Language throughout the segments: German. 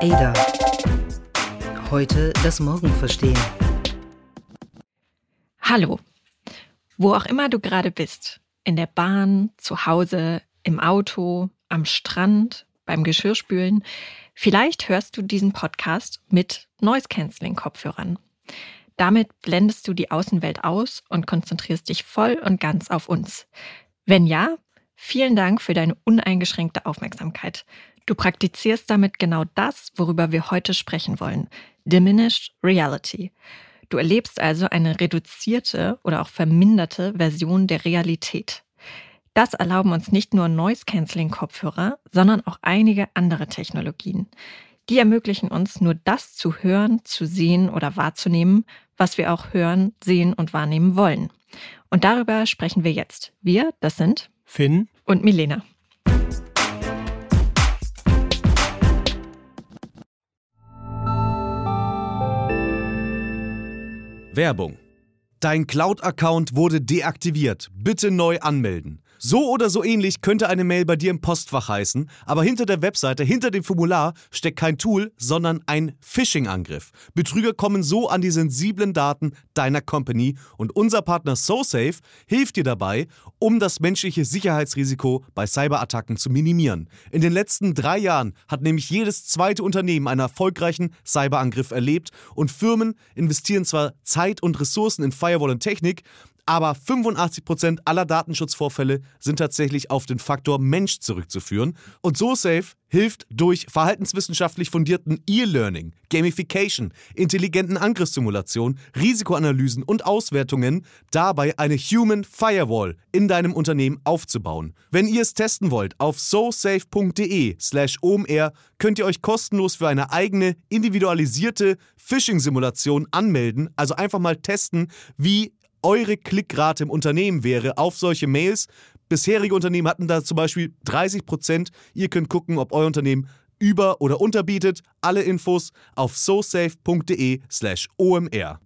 Ada. Heute das Morgen verstehen. Hallo, wo auch immer du gerade bist, in der Bahn, zu Hause, im Auto, am Strand, beim Geschirrspülen, vielleicht hörst du diesen Podcast mit Noise-Canceling-Kopfhörern. Damit blendest du die Außenwelt aus und konzentrierst dich voll und ganz auf uns. Wenn ja, vielen Dank für deine uneingeschränkte Aufmerksamkeit. Du praktizierst damit genau das, worüber wir heute sprechen wollen: Diminished Reality. Du erlebst also eine reduzierte oder auch verminderte Version der Realität. Das erlauben uns nicht nur Noise-Canceling-Kopfhörer, sondern auch einige andere Technologien. Die ermöglichen uns, nur das zu hören, zu sehen oder wahrzunehmen, was wir auch hören, sehen und wahrnehmen wollen. Und darüber sprechen wir jetzt. Wir, das sind Finn und Milena. Werbung. Dein Cloud-Account wurde deaktiviert. Bitte neu anmelden. So oder so ähnlich könnte eine Mail bei dir im Postfach heißen, aber hinter der Webseite, hinter dem Formular steckt kein Tool, sondern ein Phishing-Angriff. Betrüger kommen so an die sensiblen Daten deiner Company und unser Partner SoSafe hilft dir dabei, um das menschliche Sicherheitsrisiko bei Cyberattacken zu minimieren. In den letzten 3 Jahren hat nämlich jedes zweite Unternehmen einen erfolgreichen Cyberangriff erlebt und Firmen investieren zwar Zeit und Ressourcen in Firewall und Technik, aber 85% aller Datenschutzvorfälle sind tatsächlich auf den Faktor Mensch zurückzuführen. Und SoSafe hilft durch verhaltenswissenschaftlich fundierten E-Learning, Gamification, intelligenten Angriffssimulationen, Risikoanalysen und Auswertungen dabei eine Human Firewall in deinem Unternehmen aufzubauen. Wenn ihr es testen wollt, auf sosafe.de/omr könnt ihr euch kostenlos für eine eigene individualisierte Phishing-Simulation anmelden. Also einfach mal testen, wie eure Klickrate im Unternehmen wäre auf solche Mails. Bisherige Unternehmen hatten da zum Beispiel 30%. Ihr könnt gucken, ob euer Unternehmen über- oder unterbietet. Alle Infos auf sosafe.de/omr.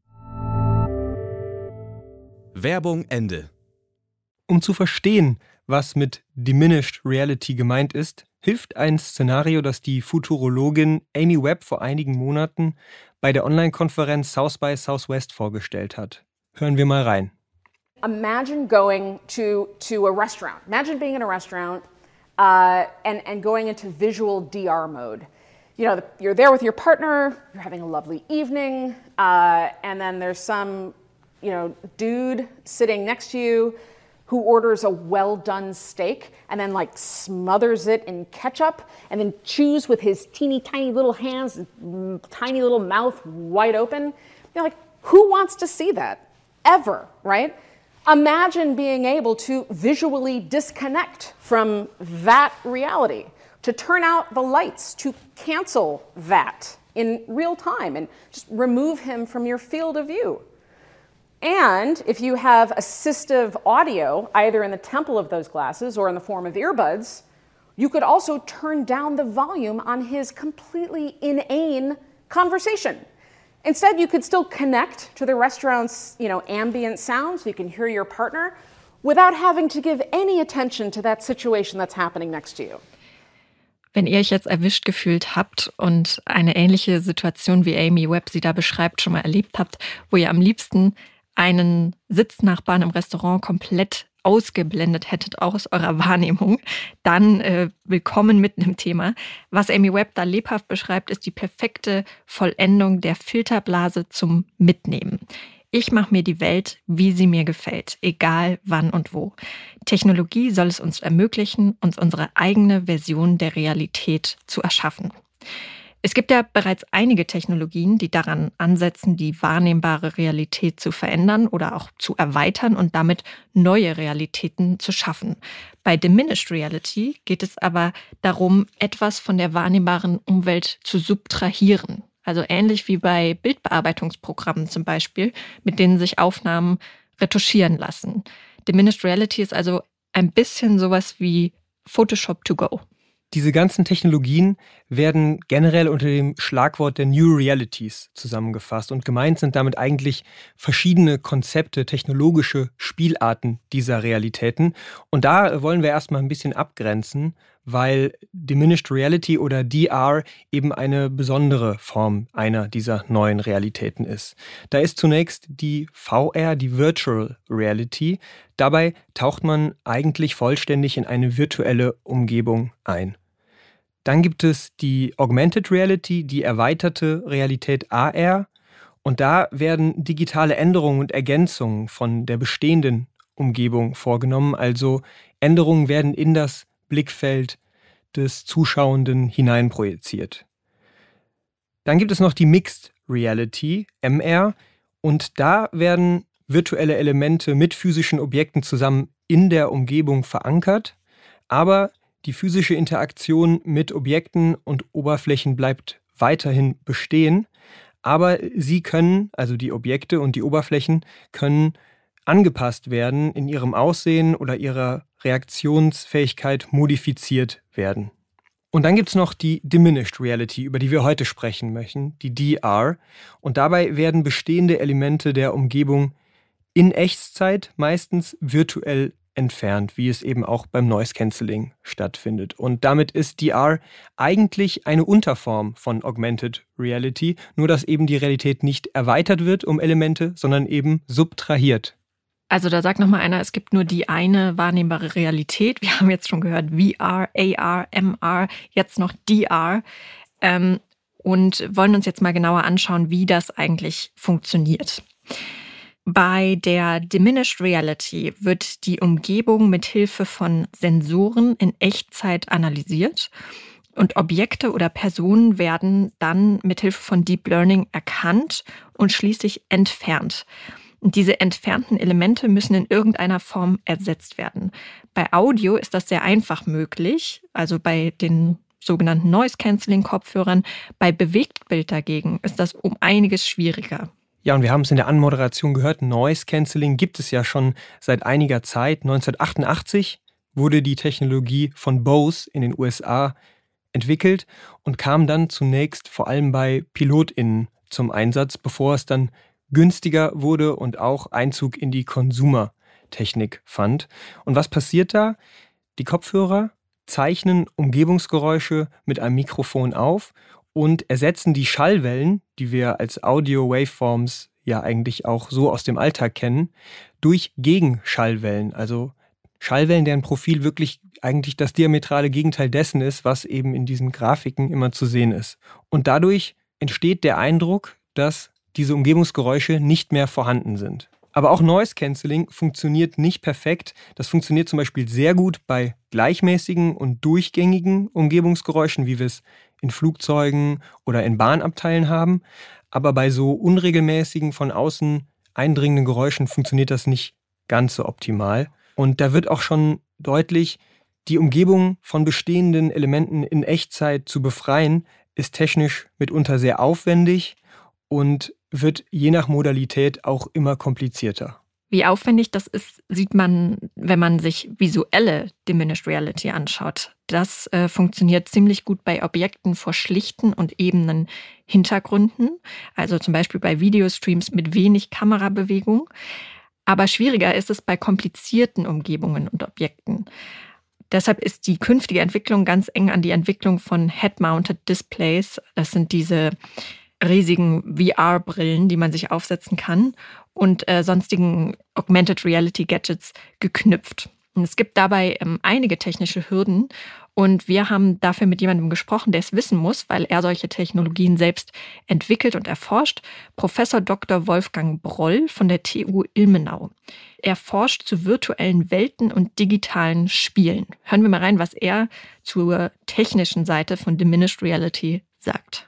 Werbung Ende. Um zu verstehen, was mit Diminished Reality gemeint ist, hilft ein Szenario, das die Futurologin Amy Webb vor einigen Monaten bei der Online-Konferenz South by Southwest vorgestellt hat. Hören wir mal rein. Imagine going to a restaurant. Imagine being in a restaurant and going into visual DR mode. You know, you're there with your partner, you're having a lovely evening, and then there's some, dude sitting next to you who orders a well-done steak and then smothers it in ketchup and then chews with his teeny tiny little hands, tiny little mouth wide open. You're like, who wants to see that? Ever, right? Imagine being able to visually disconnect from that reality, to turn out the lights, to cancel that in real time and just remove him from your field of view. And if you have assistive audio, either in the temple of those glasses or in the form of earbuds, you could also turn down the volume on his completely inane conversation. Instead, you could still connect to the restaurant's, ambient sounds so you can hear your partner without having to give any attention to that situation that's happening next to you. Wenn ihr euch jetzt erwischt gefühlt habt und eine ähnliche Situation wie Amy Webb sie da beschreibt, schon mal erlebt habt, wo ihr am liebsten einen Sitznachbarn im Restaurant komplett ausgeblendet hättet aus eurer Wahrnehmung, dann willkommen mitten im Thema. Was Amy Webb da lebhaft beschreibt, ist die perfekte Vollendung der Filterblase zum Mitnehmen. Ich mache mir die Welt, wie sie mir gefällt, egal wann und wo. Technologie soll es uns ermöglichen, uns unsere eigene Version der Realität zu erschaffen. Es gibt ja bereits einige Technologien, die daran ansetzen, die wahrnehmbare Realität zu verändern oder auch zu erweitern und damit neue Realitäten zu schaffen. Bei Diminished Reality geht es aber darum, etwas von der wahrnehmbaren Umwelt zu subtrahieren. Also ähnlich wie bei Bildbearbeitungsprogrammen zum Beispiel, mit denen sich Aufnahmen retuschieren lassen. Diminished Reality ist also ein bisschen sowas wie Photoshop to go. Diese ganzen Technologien werden generell unter dem Schlagwort der New Realities zusammengefasst und gemeint sind damit eigentlich verschiedene Konzepte, technologische Spielarten dieser Realitäten. Und da wollen wir erstmal ein bisschen abgrenzen, weil Diminished Reality oder DR eben eine besondere Form einer dieser neuen Realitäten ist. Da ist zunächst die VR, die Virtual Reality. Dabei taucht man eigentlich vollständig in eine virtuelle Umgebung ein. Dann gibt es die Augmented Reality, die erweiterte Realität AR. Und da werden digitale Änderungen und Ergänzungen von der bestehenden Umgebung vorgenommen. Also Änderungen werden in das Blickfeld des Zuschauenden hineinprojiziert. Dann gibt es noch die Mixed Reality, MR. Und da werden virtuelle Elemente mit physischen Objekten zusammen in der Umgebung verankert. Aber die physische Interaktion mit Objekten und Oberflächen bleibt weiterhin bestehen. Aber sie können, also die Objekte und die Oberflächen, können angepasst werden, in ihrem Aussehen oder ihrer Reaktionsfähigkeit modifiziert werden. Und dann gibt es noch die Diminished Reality, über die wir heute sprechen möchten, die DR. Und dabei werden bestehende Elemente der Umgebung in Echtzeit meistens virtuell entfernt, wie es eben auch beim Noise Cancelling stattfindet. Und damit ist DR eigentlich eine Unterform von Augmented Reality, nur dass eben die Realität nicht erweitert wird um Elemente, sondern eben subtrahiert. Also da sagt nochmal einer, es gibt nur die eine wahrnehmbare Realität. Wir haben jetzt schon gehört VR, AR, MR, jetzt noch DR. Und wollen uns jetzt mal genauer anschauen, wie das eigentlich funktioniert. Bei der Diminished Reality wird die Umgebung mit Hilfe von Sensoren in Echtzeit analysiert und Objekte oder Personen werden dann mit Hilfe von Deep Learning erkannt und schließlich entfernt. Und diese entfernten Elemente müssen in irgendeiner Form ersetzt werden. Bei Audio ist das sehr einfach möglich, also bei den sogenannten Noise-Canceling-Kopfhörern. Bei Bewegtbild dagegen ist das um einiges schwieriger. Ja, und wir haben es in der Anmoderation gehört, Noise Cancelling gibt es ja schon seit einiger Zeit. 1988 wurde die Technologie von Bose in den USA entwickelt und kam dann zunächst vor allem bei PilotInnen zum Einsatz, bevor es dann günstiger wurde und auch Einzug in die Konsumertechnik fand. Und was passiert da? Die Kopfhörer zeichnen Umgebungsgeräusche mit einem Mikrofon auf und ersetzen die Schallwellen, die wir als Audio-Waveforms ja eigentlich auch so aus dem Alltag kennen, durch Gegenschallwellen. Also Schallwellen, deren Profil wirklich eigentlich das diametrale Gegenteil dessen ist, was eben in diesen Grafiken immer zu sehen ist. Und dadurch entsteht der Eindruck, dass diese Umgebungsgeräusche nicht mehr vorhanden sind. Aber auch Noise Cancelling funktioniert nicht perfekt. Das funktioniert zum Beispiel sehr gut bei gleichmäßigen und durchgängigen Umgebungsgeräuschen, wie wir es in Flugzeugen oder in Bahnabteilen haben. Aber bei so unregelmäßigen, von außen eindringenden Geräuschen funktioniert das nicht ganz so optimal. Und da wird auch schon deutlich, die Umgebung von bestehenden Elementen in Echtzeit zu befreien, ist technisch mitunter sehr aufwendig und wird je nach Modalität auch immer komplizierter. Wie aufwendig das ist, sieht man, wenn man sich visuelle Diminished Reality anschaut. Das funktioniert ziemlich gut bei Objekten vor schlichten und ebenen Hintergründen, also zum Beispiel bei Videostreams mit wenig Kamerabewegung. Aber schwieriger ist es bei komplizierten Umgebungen und Objekten. Deshalb ist die künftige Entwicklung ganz eng an die Entwicklung von Head-Mounted Displays. Das sind diese riesigen VR-Brillen, die man sich aufsetzen kann, und sonstigen Augmented Reality Gadgets geknüpft. Und es gibt dabei einige technische Hürden und wir haben dafür mit jemandem gesprochen, der es wissen muss, weil er solche Technologien selbst entwickelt und erforscht. Professor Dr. Wolfgang Broll von der TU Ilmenau. Er forscht zu virtuellen Welten und digitalen Spielen. Hören wir mal rein, was er zur technischen Seite von Diminished Reality sagt.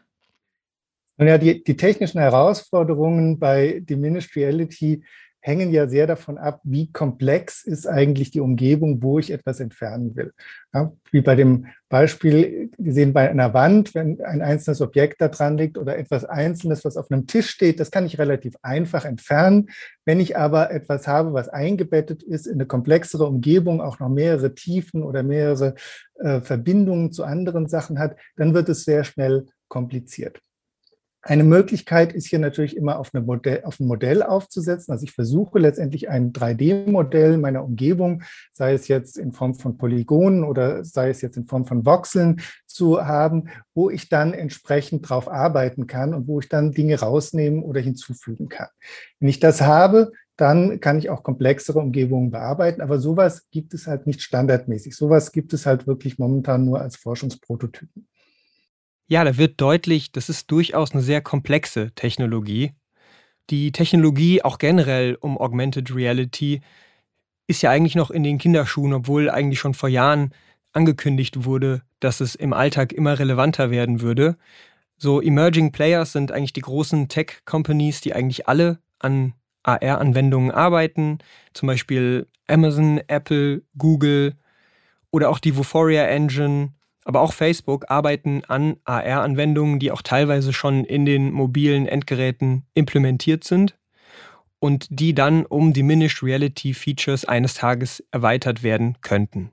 Nun ja, die technischen Herausforderungen bei Diminished Reality hängen ja sehr davon ab, wie komplex ist eigentlich die Umgebung, wo ich etwas entfernen will. Ja, wie bei dem Beispiel gesehen bei einer Wand, wenn ein einzelnes Objekt da dran liegt oder etwas Einzelnes, was auf einem Tisch steht, das kann ich relativ einfach entfernen. Wenn ich aber etwas habe, was eingebettet ist in eine komplexere Umgebung, auch noch mehrere Tiefen oder mehrere Verbindungen zu anderen Sachen hat, dann wird es sehr schnell kompliziert. Eine Möglichkeit ist hier natürlich immer auf ein Modell aufzusetzen. Also ich versuche letztendlich ein 3D-Modell meiner Umgebung, sei es jetzt in Form von Polygonen oder sei es jetzt in Form von Voxeln zu haben, wo ich dann entsprechend drauf arbeiten kann und wo ich dann Dinge rausnehmen oder hinzufügen kann. Wenn ich das habe, dann kann ich auch komplexere Umgebungen bearbeiten. Aber sowas gibt es halt nicht standardmäßig. Sowas gibt es halt wirklich momentan nur als Forschungsprototypen. Ja, da wird deutlich, das ist durchaus eine sehr komplexe Technologie. Die Technologie auch generell um Augmented Reality ist ja eigentlich noch in den Kinderschuhen, obwohl eigentlich schon vor Jahren angekündigt wurde, dass es im Alltag immer relevanter werden würde. So Emerging Players sind eigentlich die großen Tech-Companies, die eigentlich alle an AR-Anwendungen arbeiten. Zum Beispiel Amazon, Apple, Google oder auch die Vuforia Engine. Aber auch Facebook arbeiten an AR-Anwendungen, die auch teilweise schon in den mobilen Endgeräten implementiert sind und die dann um Diminished Reality Features eines Tages erweitert werden könnten.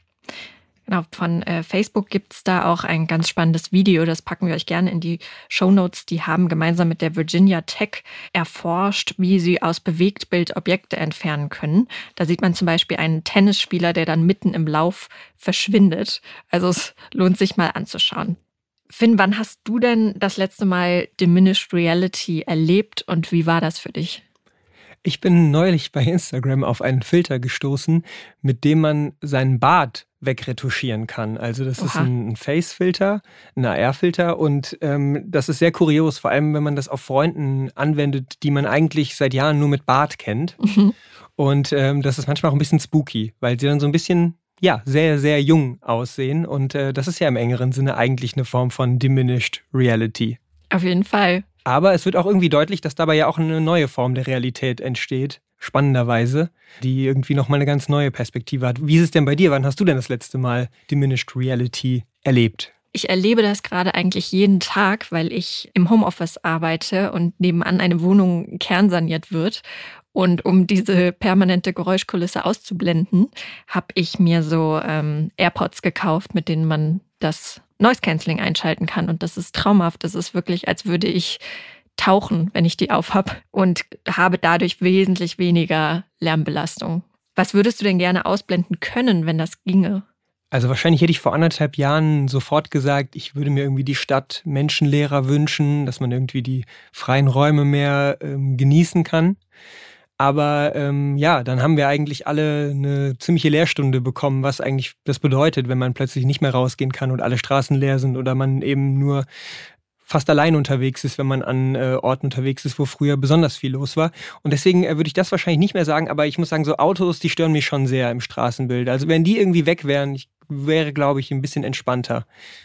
Genau, von Facebook gibt es da auch ein ganz spannendes Video, das packen wir euch gerne in die Shownotes. Die haben gemeinsam mit der Virginia Tech erforscht, wie sie aus Bewegtbild Objekte entfernen können. Da sieht man zum Beispiel einen Tennisspieler, der dann mitten im Lauf verschwindet. Also es lohnt sich mal anzuschauen. Finn, wann hast du denn das letzte Mal Diminished Reality erlebt und wie war das für dich? Ich bin neulich bei Instagram auf einen Filter gestoßen, mit dem man seinen Bart wegretuschieren kann. Also das ist ein Face-Filter, ein AR-Filter und das ist sehr kurios, vor allem wenn man das auf Freunden anwendet, die man eigentlich seit Jahren nur mit Bart kennt. Und das ist manchmal auch ein bisschen spooky, weil sie dann so ein bisschen sehr, sehr jung aussehen und das ist ja im engeren Sinne eigentlich eine Form von Diminished Reality. Auf jeden Fall. Aber es wird auch irgendwie deutlich, dass dabei ja auch eine neue Form der Realität entsteht, spannenderweise, die irgendwie nochmal eine ganz neue Perspektive hat. Wie ist es denn bei dir? Wann hast du denn das letzte Mal Diminished Reality erlebt? Ich erlebe das gerade eigentlich jeden Tag, weil ich im Homeoffice arbeite und nebenan eine Wohnung kernsaniert wird. Und um diese permanente Geräuschkulisse auszublenden, habe ich mir so AirPods gekauft, mit denen man das Noise Cancelling einschalten kann. Und das ist traumhaft. Das ist wirklich, als würde ich tauchen, wenn ich die aufhab und habe dadurch wesentlich weniger Lärmbelastung. Was würdest du denn gerne ausblenden können, wenn das ginge? Also wahrscheinlich hätte ich vor 1,5 Jahren sofort gesagt, ich würde mir irgendwie die Stadt menschenleerer wünschen, dass man irgendwie die freien Räume mehr genießen kann. Aber dann haben wir eigentlich alle eine ziemliche Lehrstunde bekommen, was eigentlich das bedeutet, wenn man plötzlich nicht mehr rausgehen kann und alle Straßen leer sind oder man eben nur fast allein unterwegs ist, wenn man an Orten unterwegs ist, wo früher besonders viel los war. Und deswegen würde ich das wahrscheinlich nicht mehr sagen, aber ich muss sagen, so Autos, die stören mich schon sehr im Straßenbild. Also wenn die irgendwie weg wären, ich wäre, glaube ich, ein bisschen entspannter.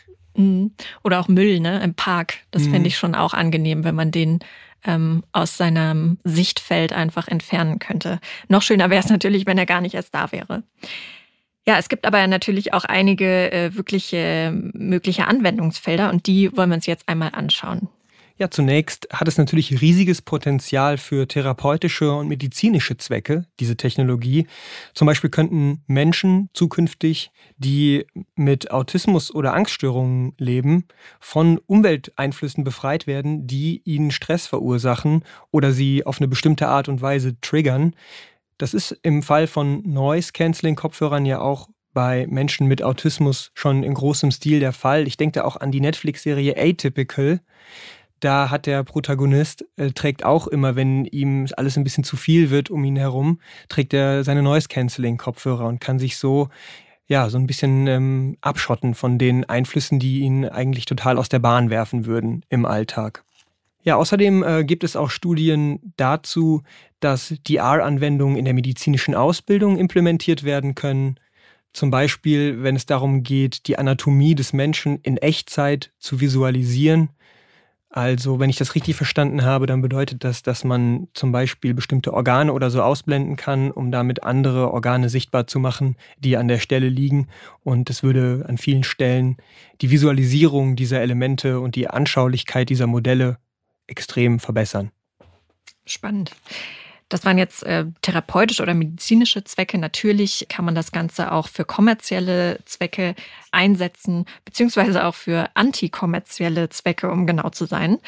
Oder auch Müll, ne, im Park. Das fände ich schon auch angenehm, wenn man den aus seinem Sichtfeld einfach entfernen könnte. Noch schöner wäre es natürlich, wenn er gar nicht erst da wäre. Ja, es gibt aber natürlich auch einige wirkliche mögliche Anwendungsfelder und die wollen wir uns jetzt einmal anschauen. Ja, zunächst hat es natürlich riesiges Potenzial für therapeutische und medizinische Zwecke, diese Technologie. Zum Beispiel könnten Menschen zukünftig, die mit Autismus oder Angststörungen leben, von Umwelteinflüssen befreit werden, die ihnen Stress verursachen oder sie auf eine bestimmte Art und Weise triggern. Das ist im Fall von Noise-Canceling-Kopfhörern ja auch bei Menschen mit Autismus schon in großem Stil der Fall. Ich denke da auch an die Netflix-Serie Atypical. Da hat der Protagonist, trägt auch immer, wenn ihm alles ein bisschen zu viel wird um ihn herum, trägt er seine Noise-Canceling-Kopfhörer und kann sich so ein bisschen abschotten von den Einflüssen, die ihn eigentlich total aus der Bahn werfen würden im Alltag. Ja, außerdem gibt es auch Studien dazu, dass DR-Anwendungen in der medizinischen Ausbildung implementiert werden können. Zum Beispiel, wenn es darum geht, die Anatomie des Menschen in Echtzeit zu visualisieren. Also, wenn ich das richtig verstanden habe, dann bedeutet das, dass man zum Beispiel bestimmte Organe oder so ausblenden kann, um damit andere Organe sichtbar zu machen, die an der Stelle liegen. Und es würde an vielen Stellen die Visualisierung dieser Elemente und die Anschaulichkeit dieser Modelle extrem verbessern. Spannend. Das waren jetzt therapeutische oder medizinische Zwecke. Natürlich kann man das Ganze auch für kommerzielle Zwecke einsetzen, beziehungsweise auch für antikommerzielle Zwecke, um genau zu sein.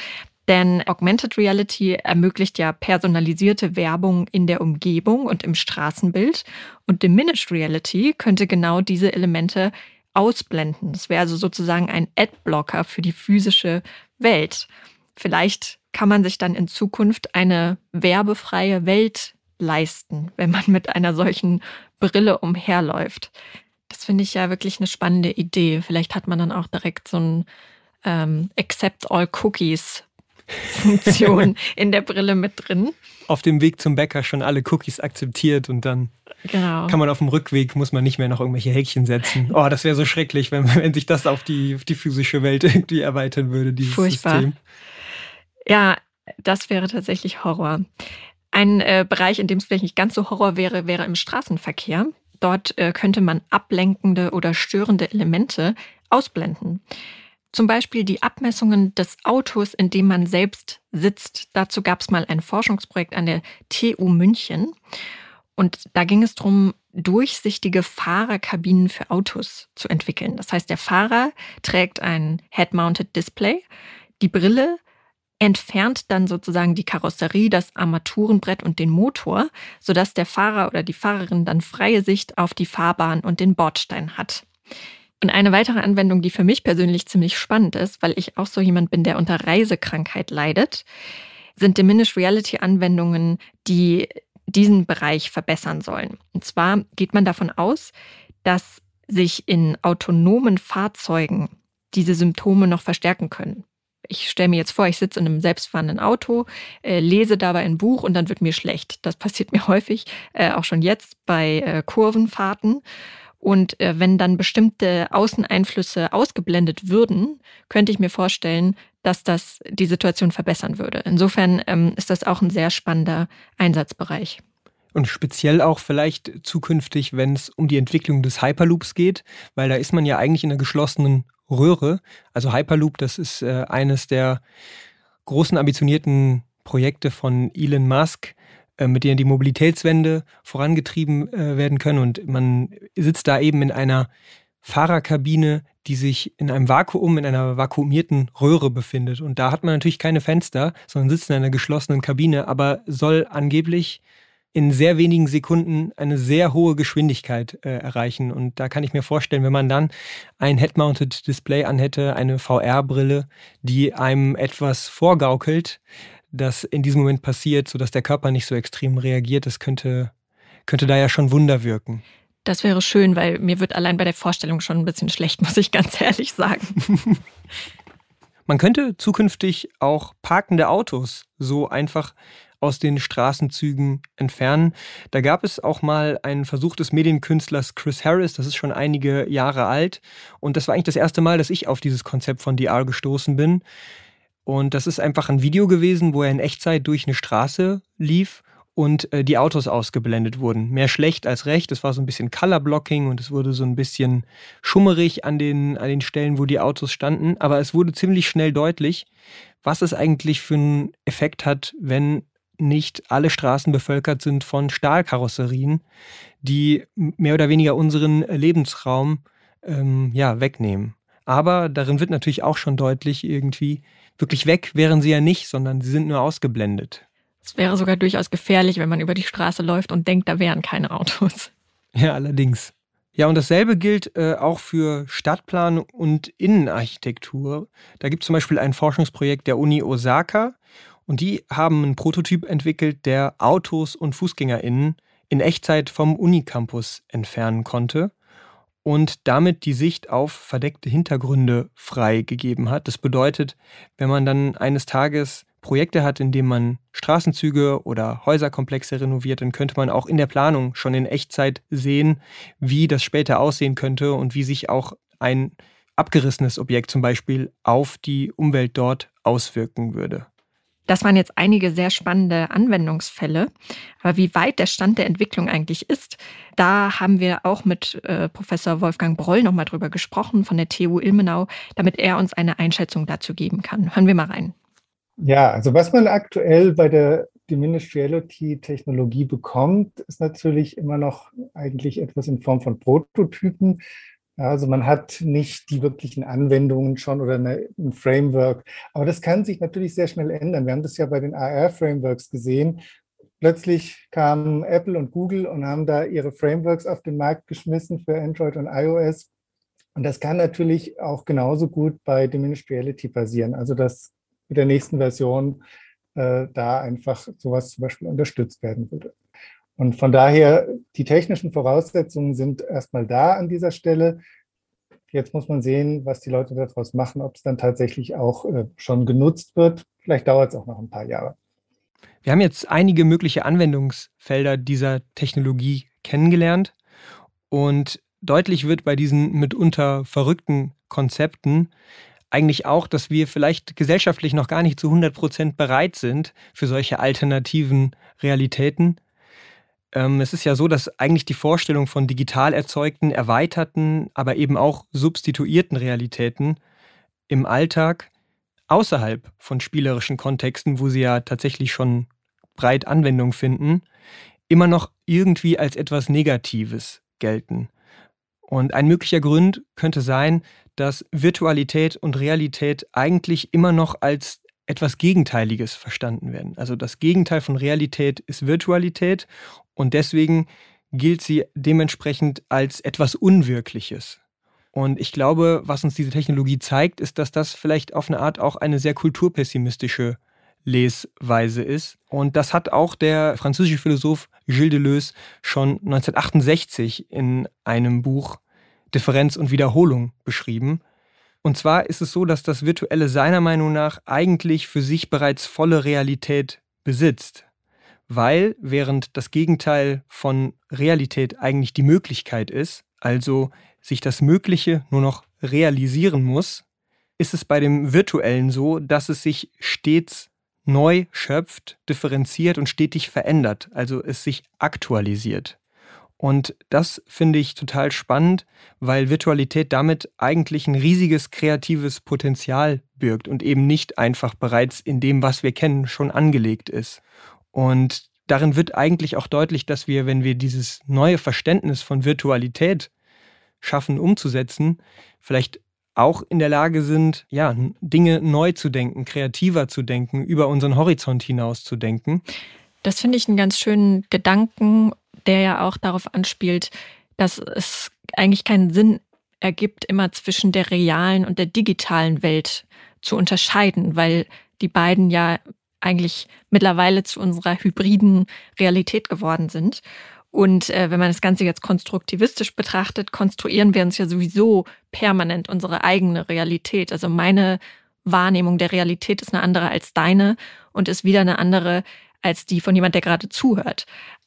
Denn Augmented Reality ermöglicht ja personalisierte Werbung in der Umgebung und im Straßenbild. Und Diminished Reality könnte genau diese Elemente ausblenden. Das wäre also sozusagen ein Adblocker für die physische Welt. Vielleicht kann man sich dann in Zukunft eine werbefreie Welt leisten, wenn man mit einer solchen Brille umherläuft. Das finde ich ja wirklich eine spannende Idee. Vielleicht hat man dann auch direkt so ein Accept All Cookies Funktion in der Brille mit drin. Auf dem Weg zum Bäcker schon alle Cookies akzeptiert und dann kann man auf dem Rückweg, muss man nicht mehr noch irgendwelche Häkchen setzen. Oh, das wäre so schrecklich, wenn sich das auf die physische Welt irgendwie erweitern würde, dieses Furchtbar. System. Ja, das wäre tatsächlich Horror. Ein Bereich, in dem es vielleicht nicht ganz so Horror wäre im Straßenverkehr. Dort könnte man ablenkende oder störende Elemente ausblenden. Zum Beispiel die Abmessungen des Autos, in dem man selbst sitzt. Dazu gab es mal ein Forschungsprojekt an der TU München. Und da ging es darum, durchsichtige Fahrerkabinen für Autos zu entwickeln. Das heißt, der Fahrer trägt ein Head-Mounted Display. Die Brille entfernt dann sozusagen die Karosserie, das Armaturenbrett und den Motor, sodass der Fahrer oder die Fahrerin dann freie Sicht auf die Fahrbahn und den Bordstein hat. Und eine weitere Anwendung, die für mich persönlich ziemlich spannend ist, weil ich auch so jemand bin, der unter Reisekrankheit leidet, sind Diminished Reality Anwendungen, die diesen Bereich verbessern sollen. Und zwar geht man davon aus, dass sich in autonomen Fahrzeugen diese Symptome noch verstärken können. Ich stelle mir jetzt vor, ich sitze in einem selbstfahrenden Auto, lese dabei ein Buch und dann wird mir schlecht. Das passiert mir häufig, auch schon jetzt bei Kurvenfahrten. Und wenn dann bestimmte Außeneinflüsse ausgeblendet würden, könnte ich mir vorstellen, dass das die Situation verbessern würde. Insofern ist das auch ein sehr spannender Einsatzbereich. Und speziell auch vielleicht zukünftig, wenn es um die Entwicklung des Hyperloops geht, weil da ist man ja eigentlich in einer geschlossenen Röhre. Also Hyperloop, das ist eines der großen ambitionierten Projekte von Elon Musk, mit denen die Mobilitätswende vorangetrieben werden können. Und man sitzt da eben in einer Fahrerkabine, die sich in einem Vakuum, in einer vakuumierten Röhre befindet. Und da hat man natürlich keine Fenster, sondern sitzt in einer geschlossenen Kabine, aber soll angeblich in sehr wenigen Sekunden eine sehr hohe Geschwindigkeit erreichen. Und da kann ich mir vorstellen, wenn man dann ein Head-Mounted Display anhätte, eine VR-Brille, die einem etwas vorgaukelt, das in diesem Moment passiert, sodass der Körper nicht so extrem reagiert, das könnte da ja schon Wunder wirken. Das wäre schön, weil mir wird allein bei der Vorstellung schon ein bisschen schlecht, muss ich ganz ehrlich sagen. Man könnte zukünftig auch parkende Autos so einfach aus den Straßenzügen entfernen. Da gab es auch mal einen Versuch des Medienkünstlers Chris Harris, das ist schon einige Jahre alt. Und das war eigentlich das erste Mal, dass ich auf dieses Konzept von DR gestoßen bin. Und das ist einfach ein Video gewesen, wo er in Echtzeit durch eine Straße lief und die Autos ausgeblendet wurden. Mehr schlecht als recht. Es war so ein bisschen Colorblocking und es wurde so ein bisschen schummerig an den Stellen, wo die Autos standen. Aber es wurde ziemlich schnell deutlich, was es eigentlich für einen Effekt hat, wenn nicht alle Straßen bevölkert sind von Stahlkarosserien, die mehr oder weniger unseren Lebensraum wegnehmen. Aber darin wird natürlich auch schon deutlich irgendwie, wirklich weg wären sie ja nicht, sondern sie sind nur ausgeblendet. Es wäre sogar durchaus gefährlich, wenn man über die Straße läuft und denkt, da wären keine Autos. Ja, allerdings. Ja, und dasselbe gilt auch für Stadtplanung und Innenarchitektur. Da gibt es zum Beispiel ein Forschungsprojekt der Uni Osaka und die haben einen Prototyp entwickelt, der Autos und FußgängerInnen in Echtzeit vom Unicampus entfernen konnte und damit die Sicht auf verdeckte Hintergründe freigegeben hat. Das bedeutet, wenn man dann eines Tages Projekte hat, in denen man Straßenzüge oder Häuserkomplexe renoviert, dann könnte man auch in der Planung schon in Echtzeit sehen, wie das später aussehen könnte und wie sich auch ein abgerissenes Objekt zum Beispiel auf die Umwelt dort auswirken würde. Das waren jetzt einige sehr spannende Anwendungsfälle. Aber wie weit der Stand der Entwicklung eigentlich ist, da haben wir auch mit Professor Wolfgang Broll nochmal drüber gesprochen von der TU Ilmenau, damit er uns eine Einschätzung dazu geben kann. Hören wir mal rein. Ja, also was man aktuell bei der Diminished Reality Technologie bekommt, ist natürlich immer noch eigentlich etwas in Form von Prototypen. Also man hat nicht die wirklichen Anwendungen schon oder ein Framework. Aber das kann sich natürlich sehr schnell ändern. Wir haben das ja bei den AR-Frameworks gesehen. Plötzlich kamen Apple und Google und haben da ihre Frameworks auf den Markt geschmissen für Android und iOS. Und das kann natürlich auch genauso gut bei Diminished Reality passieren. Also dass mit der nächsten Version da einfach sowas zum Beispiel unterstützt werden würde. Und von daher, die technischen Voraussetzungen sind erstmal da an dieser Stelle. Jetzt muss man sehen, was die Leute daraus machen, ob es dann tatsächlich auch schon genutzt wird. Vielleicht dauert es auch noch ein paar Jahre. Wir haben jetzt einige mögliche Anwendungsfelder dieser Technologie kennengelernt und deutlich wird bei diesen mitunter verrückten Konzepten eigentlich auch, dass wir vielleicht gesellschaftlich noch gar nicht zu 100% bereit sind für solche alternativen Realitäten. Es ist ja so, dass eigentlich die Vorstellung von digital erzeugten, erweiterten, aber eben auch substituierten Realitäten im Alltag außerhalb von spielerischen Kontexten, wo sie ja tatsächlich schon breit Anwendung finden, immer noch irgendwie als etwas Negatives gelten. Und ein möglicher Grund könnte sein, dass Virtualität und Realität eigentlich immer noch als etwas Gegenteiliges verstanden werden. Also das Gegenteil von Realität ist Virtualität und deswegen gilt sie dementsprechend als etwas Unwirkliches. Und ich glaube, was uns diese Technologie zeigt, ist, dass das vielleicht auf eine Art auch eine sehr kulturpessimistische Lesweise ist. Und das hat auch der französische Philosoph Gilles Deleuze schon 1968 in einem Buch Differenz und Wiederholung beschrieben. Und zwar ist es so, dass das Virtuelle seiner Meinung nach eigentlich für sich bereits volle Realität besitzt. Weil während das Gegenteil von Realität eigentlich die Möglichkeit ist, also sich das Mögliche nur noch realisieren muss, ist es bei dem Virtuellen so, dass es sich stets neu schöpft, differenziert und stetig verändert, also es sich aktualisiert. Und das finde ich total spannend, weil Virtualität damit eigentlich ein riesiges kreatives Potenzial birgt und eben nicht einfach bereits in dem, was wir kennen, schon angelegt ist. Und darin wird eigentlich auch deutlich, dass wir, wenn wir dieses neue Verständnis von Virtualität schaffen umzusetzen, vielleicht auch in der Lage sind, ja, Dinge neu zu denken, kreativer zu denken, über unseren Horizont hinaus zu denken. Das finde ich einen ganz schönen Gedanken, der ja auch darauf anspielt, dass es eigentlich keinen Sinn ergibt, immer zwischen der realen und der digitalen Welt zu unterscheiden, weil die beiden ja eigentlich mittlerweile zu unserer hybriden Realität geworden sind. Und wenn man das Ganze jetzt konstruktivistisch betrachtet, konstruieren wir uns ja sowieso permanent unsere eigene Realität. Also meine Wahrnehmung der Realität ist eine andere als deine und ist wieder eine andere als die von jemand, der gerade zuhört.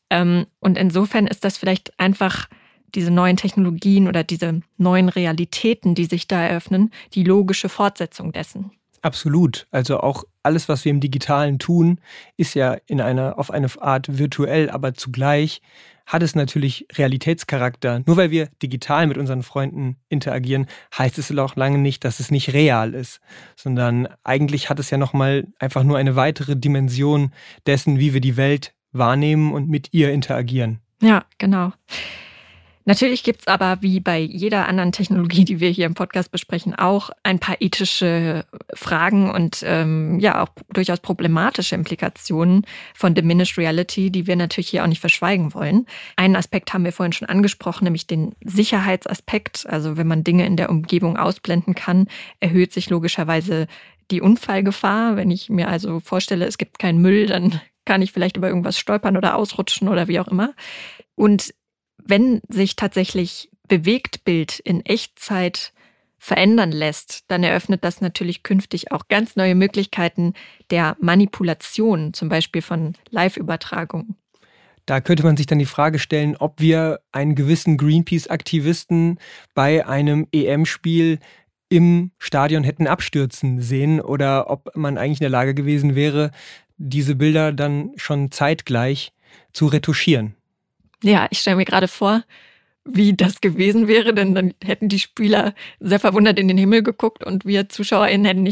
Und insofern ist das vielleicht einfach diese neuen Technologien oder diese neuen Realitäten, die sich da eröffnen, die logische Fortsetzung dessen. Absolut. Also auch alles, was wir im Digitalen tun, ist ja auf eine Art virtuell, aber zugleich hat es natürlich Realitätscharakter. Nur weil wir digital mit unseren Freunden interagieren, heißt es auch lange nicht, dass es nicht real ist, sondern eigentlich hat es ja nochmal einfach nur eine weitere Dimension dessen, wie wir die Welt wahrnehmen und mit ihr interagieren. Ja, genau. Natürlich gibt es aber, wie bei jeder anderen Technologie, die wir hier im Podcast besprechen, auch ein paar ethische Fragen und auch durchaus problematische Implikationen von Diminished Reality, die wir natürlich hier auch nicht verschweigen wollen. Einen Aspekt haben wir vorhin schon angesprochen, nämlich den Sicherheitsaspekt. Also wenn man Dinge in der Umgebung ausblenden kann, erhöht sich logischerweise die Unfallgefahr. Wenn ich mir also vorstelle, es gibt keinen Müll, dann kann ich vielleicht über irgendwas stolpern oder ausrutschen oder wie auch immer. Und wenn sich tatsächlich Bewegtbild in Echtzeit verändern lässt, dann eröffnet das natürlich künftig auch ganz neue Möglichkeiten der Manipulation, zum Beispiel von Live-Übertragungen. Da könnte man sich dann die Frage stellen, ob wir einen gewissen Greenpeace-Aktivisten bei einem EM-Spiel im Stadion hätten abstürzen sehen oder ob man eigentlich in der Lage gewesen wäre, diese Bilder dann schon zeitgleich zu retuschieren. Ja, ich stelle mir gerade vor, wie das gewesen wäre, denn dann hätten die Spieler sehr verwundert in den Himmel geguckt und wir ZuschauerInnen hätten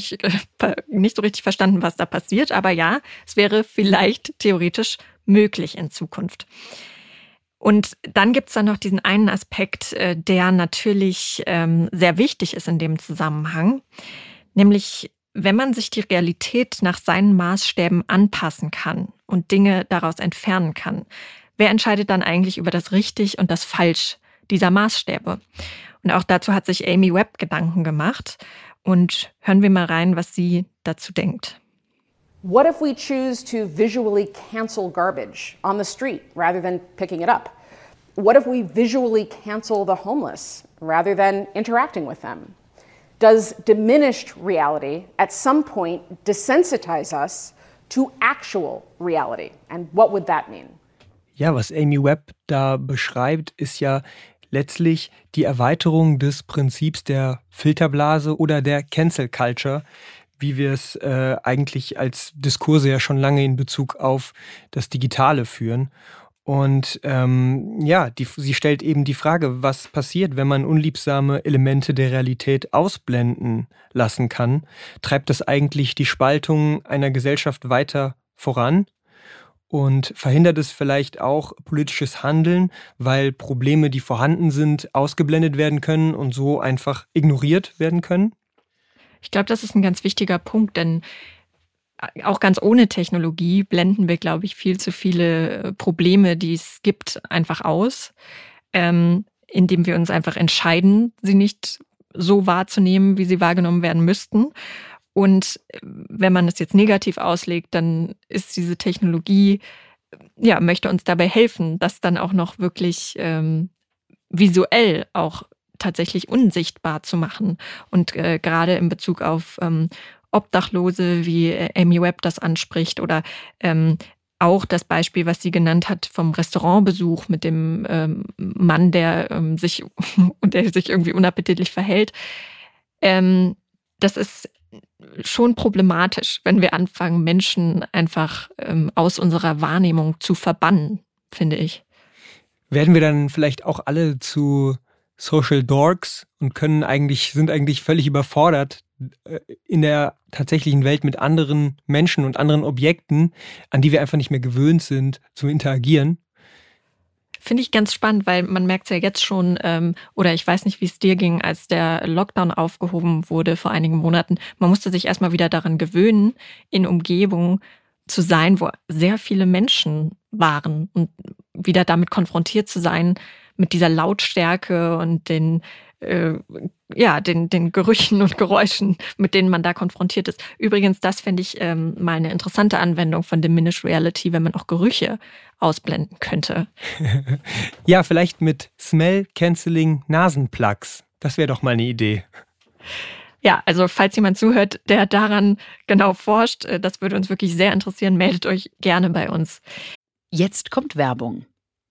nicht so richtig verstanden, was da passiert. Aber ja, es wäre vielleicht theoretisch möglich in Zukunft. Und dann gibt es dann noch diesen einen Aspekt, der natürlich sehr wichtig ist in dem Zusammenhang, nämlich wenn man sich die Realität nach seinen Maßstäben anpassen kann und Dinge daraus entfernen kann, wer entscheidet dann eigentlich über das Richtig und das Falsch dieser Maßstäbe? Und auch dazu hat sich Amy Webb Gedanken gemacht. Und hören wir mal rein, was sie dazu denkt. What if we choose to visually cancel garbage on the street rather than picking it up? What if we visually cancel the homeless rather than interacting with them? Does diminished reality at some point desensitize us to actual reality? And what would that mean? Ja, was Amy Webb da beschreibt, ist ja letztlich die Erweiterung des Prinzips der Filterblase oder der Cancel Culture, wie wir es eigentlich als Diskurse ja schon lange in Bezug auf das Digitale führen. Und sie stellt eben die Frage, was passiert, wenn man unliebsame Elemente der Realität ausblenden lassen kann? Treibt das eigentlich die Spaltung einer Gesellschaft weiter voran? Und verhindert es vielleicht auch politisches Handeln, weil Probleme, die vorhanden sind, ausgeblendet werden können und so einfach ignoriert werden können? Ich glaube, das ist ein ganz wichtiger Punkt, denn auch ganz ohne Technologie blenden wir, glaube ich, viel zu viele Probleme, die es gibt, einfach aus, indem wir uns einfach entscheiden, sie nicht so wahrzunehmen, wie sie wahrgenommen werden müssten. Und wenn man es jetzt negativ auslegt, dann ist diese Technologie, möchte uns dabei helfen, das dann auch noch wirklich visuell auch tatsächlich unsichtbar zu machen. Und gerade in Bezug auf Obdachlose, wie Amy Webb das anspricht, oder auch das Beispiel, was sie genannt hat vom Restaurantbesuch mit dem Mann, der sich irgendwie unappetitlich verhält. Das ist schon problematisch, wenn wir anfangen, Menschen einfach aus unserer Wahrnehmung zu verbannen, finde ich. Werden wir dann vielleicht auch alle zu Social Dorks und sind eigentlich völlig überfordert in der tatsächlichen Welt mit anderen Menschen und anderen Objekten, an die wir einfach nicht mehr gewöhnt sind, zu interagieren? Finde ich ganz spannend, weil man merkt es ja jetzt schon, oder ich weiß nicht, wie es dir ging, als der Lockdown aufgehoben wurde vor einigen Monaten. Man musste sich erstmal wieder daran gewöhnen, in Umgebungen zu sein, wo sehr viele Menschen waren und wieder damit konfrontiert zu sein, mit dieser Lautstärke und den Gerüchen und Geräuschen, mit denen man da konfrontiert ist. Übrigens, das fände ich mal eine interessante Anwendung von Diminished Reality, wenn man auch Gerüche ausblenden könnte. Ja, vielleicht mit Smell-Canceling Nasenplugs. Das wäre doch mal eine Idee. Ja, also falls jemand zuhört, der daran genau forscht, das würde uns wirklich sehr interessieren, meldet euch gerne bei uns. Jetzt kommt Werbung.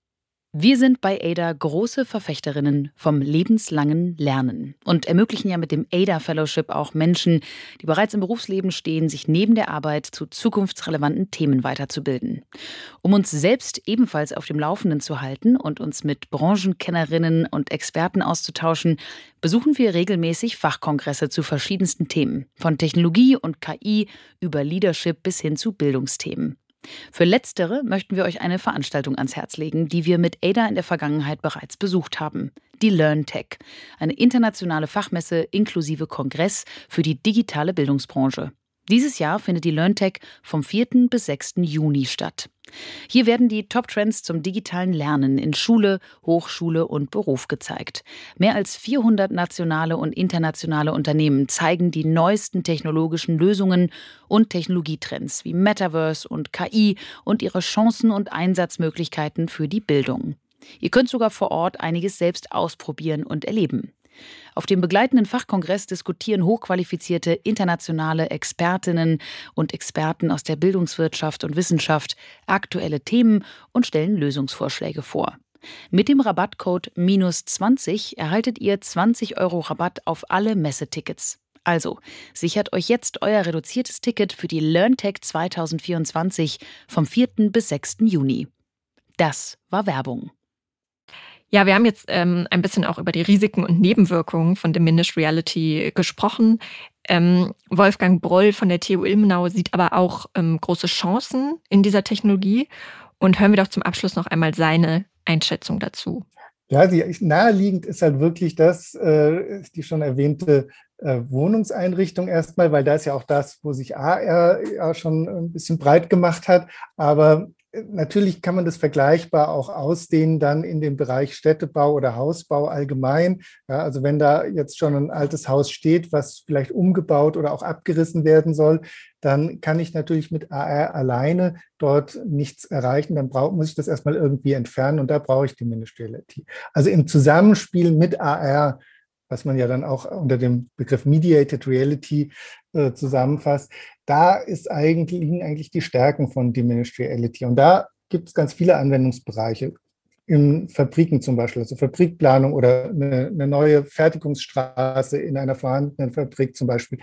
Wir sind bei ADA große Verfechterinnen vom lebenslangen Lernen und ermöglichen ja mit dem ADA Fellowship auch Menschen, die bereits im Berufsleben stehen, sich neben der Arbeit zu zukunftsrelevanten Themen weiterzubilden. Um uns selbst ebenfalls auf dem Laufenden zu halten und uns mit Branchenkennerinnen und Experten auszutauschen, besuchen wir regelmäßig Fachkongresse zu verschiedensten Themen, von Technologie und KI über Leadership bis hin zu Bildungsthemen. Für Letztere möchten wir euch eine Veranstaltung ans Herz legen, die wir mit ADA in der Vergangenheit bereits besucht haben. Die LearnTech, eine internationale Fachmesse inklusive Kongress für die digitale Bildungsbranche. Dieses Jahr findet die LearnTech vom 4. bis 6. Juni statt. Hier werden die Top-Trends zum digitalen Lernen in Schule, Hochschule und Beruf gezeigt. Mehr als 400 nationale und internationale Unternehmen zeigen die neuesten technologischen Lösungen und Technologietrends wie Metaverse und KI und ihre Chancen und Einsatzmöglichkeiten für die Bildung. Ihr könnt sogar vor Ort einiges selbst ausprobieren und erleben. Auf dem begleitenden Fachkongress diskutieren hochqualifizierte internationale Expertinnen und Experten aus der Bildungswirtschaft und Wissenschaft aktuelle Themen und stellen Lösungsvorschläge vor. Mit dem Rabattcode -20 erhaltet ihr 20 € Rabatt auf alle Messetickets. Also, sichert euch jetzt euer reduziertes Ticket für die LearnTech 2024 vom 4. bis 6. Juni. Das war Werbung. Ja, wir haben jetzt ein bisschen auch über die Risiken und Nebenwirkungen von Diminished Reality gesprochen. Wolfgang Broll von der TU Ilmenau sieht aber auch große Chancen in dieser Technologie. Und hören wir doch zum Abschluss noch einmal seine Einschätzung dazu? Ja, naheliegend ist halt wirklich das, die schon erwähnte Wohnungseinrichtung erstmal, weil da ist ja auch das, wo sich AR ja schon ein bisschen breit gemacht hat. Aber natürlich kann man das vergleichbar auch ausdehnen dann in den Bereich Städtebau oder Hausbau allgemein. Ja, also wenn da jetzt schon ein altes Haus steht, was vielleicht umgebaut oder auch abgerissen werden soll, dann kann ich natürlich mit AR alleine dort nichts erreichen. Dann muss ich das erstmal irgendwie entfernen und da brauche ich Diminished Reality. Also im Zusammenspiel mit AR, was man ja dann auch unter dem Begriff Mediated Reality zusammenfasst, da liegen eigentlich die Stärken von Diminished Reality. Und da gibt es ganz viele Anwendungsbereiche. In Fabriken zum Beispiel, also Fabrikplanung oder eine neue Fertigungsstraße in einer vorhandenen Fabrik zum Beispiel.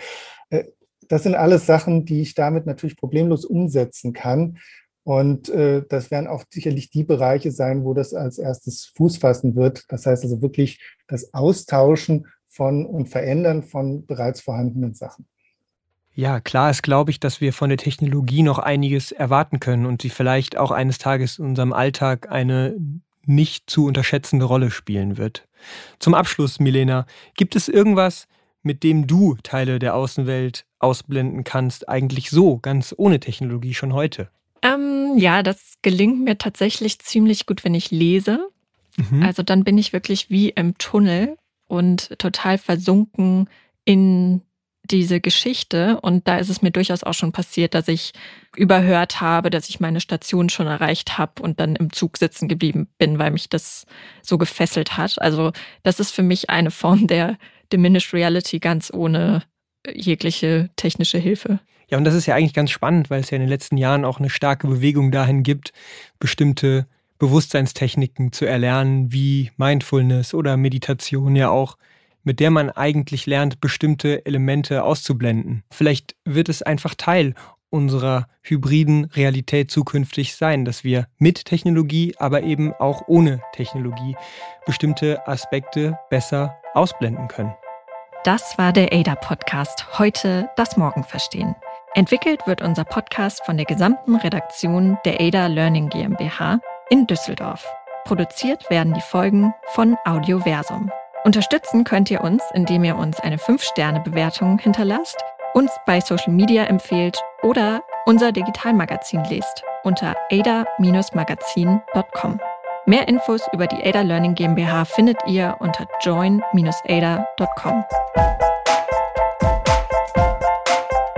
Das sind alles Sachen, die ich damit natürlich problemlos umsetzen kann. Und das werden auch sicherlich die Bereiche sein, wo das als erstes Fuß fassen wird. Das heißt also wirklich das Austauschen von und Verändern von bereits vorhandenen Sachen. Ja, klar ist, glaube ich, dass wir von der Technologie noch einiges erwarten können und sie vielleicht auch eines Tages in unserem Alltag eine nicht zu unterschätzende Rolle spielen wird. Zum Abschluss, Milena, gibt es irgendwas, mit dem du Teile der Außenwelt ausblenden kannst, eigentlich so, ganz ohne Technologie schon heute? Ja, das gelingt mir tatsächlich ziemlich gut, wenn ich lese. Also dann bin ich wirklich wie im Tunnel und total versunken in diese Geschichte. Und da ist es mir durchaus auch schon passiert, dass ich überhört habe, dass ich meine Station schon erreicht habe und dann im Zug sitzen geblieben bin, weil mich das so gefesselt hat. Also das ist für mich eine Form der Diminished Reality ganz ohne jegliche technische Hilfe. Ja, und das ist ja eigentlich ganz spannend, weil es ja in den letzten Jahren auch eine starke Bewegung dahin gibt, bestimmte Bewusstseinstechniken zu erlernen, wie Mindfulness oder Meditation ja auch, mit der man eigentlich lernt, bestimmte Elemente auszublenden. Vielleicht wird es einfach Teil unserer hybriden Realität zukünftig sein, dass wir mit Technologie, aber eben auch ohne Technologie bestimmte Aspekte besser ausblenden können. Das war der ADA-Podcast. Heute das Morgen verstehen. Entwickelt wird unser Podcast von der gesamten Redaktion der ADA Learning GmbH in Düsseldorf. Produziert werden die Folgen von Audioversum. Unterstützen könnt ihr uns, indem ihr uns eine 5-Sterne-Bewertung hinterlasst, uns bei Social Media empfehlt oder unser Digitalmagazin lest unter ada-magazin.com. Mehr Infos über die ADA Learning GmbH findet ihr unter join-ada.com.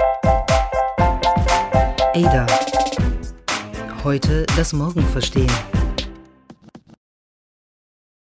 ADA. Heute das Morgen verstehen.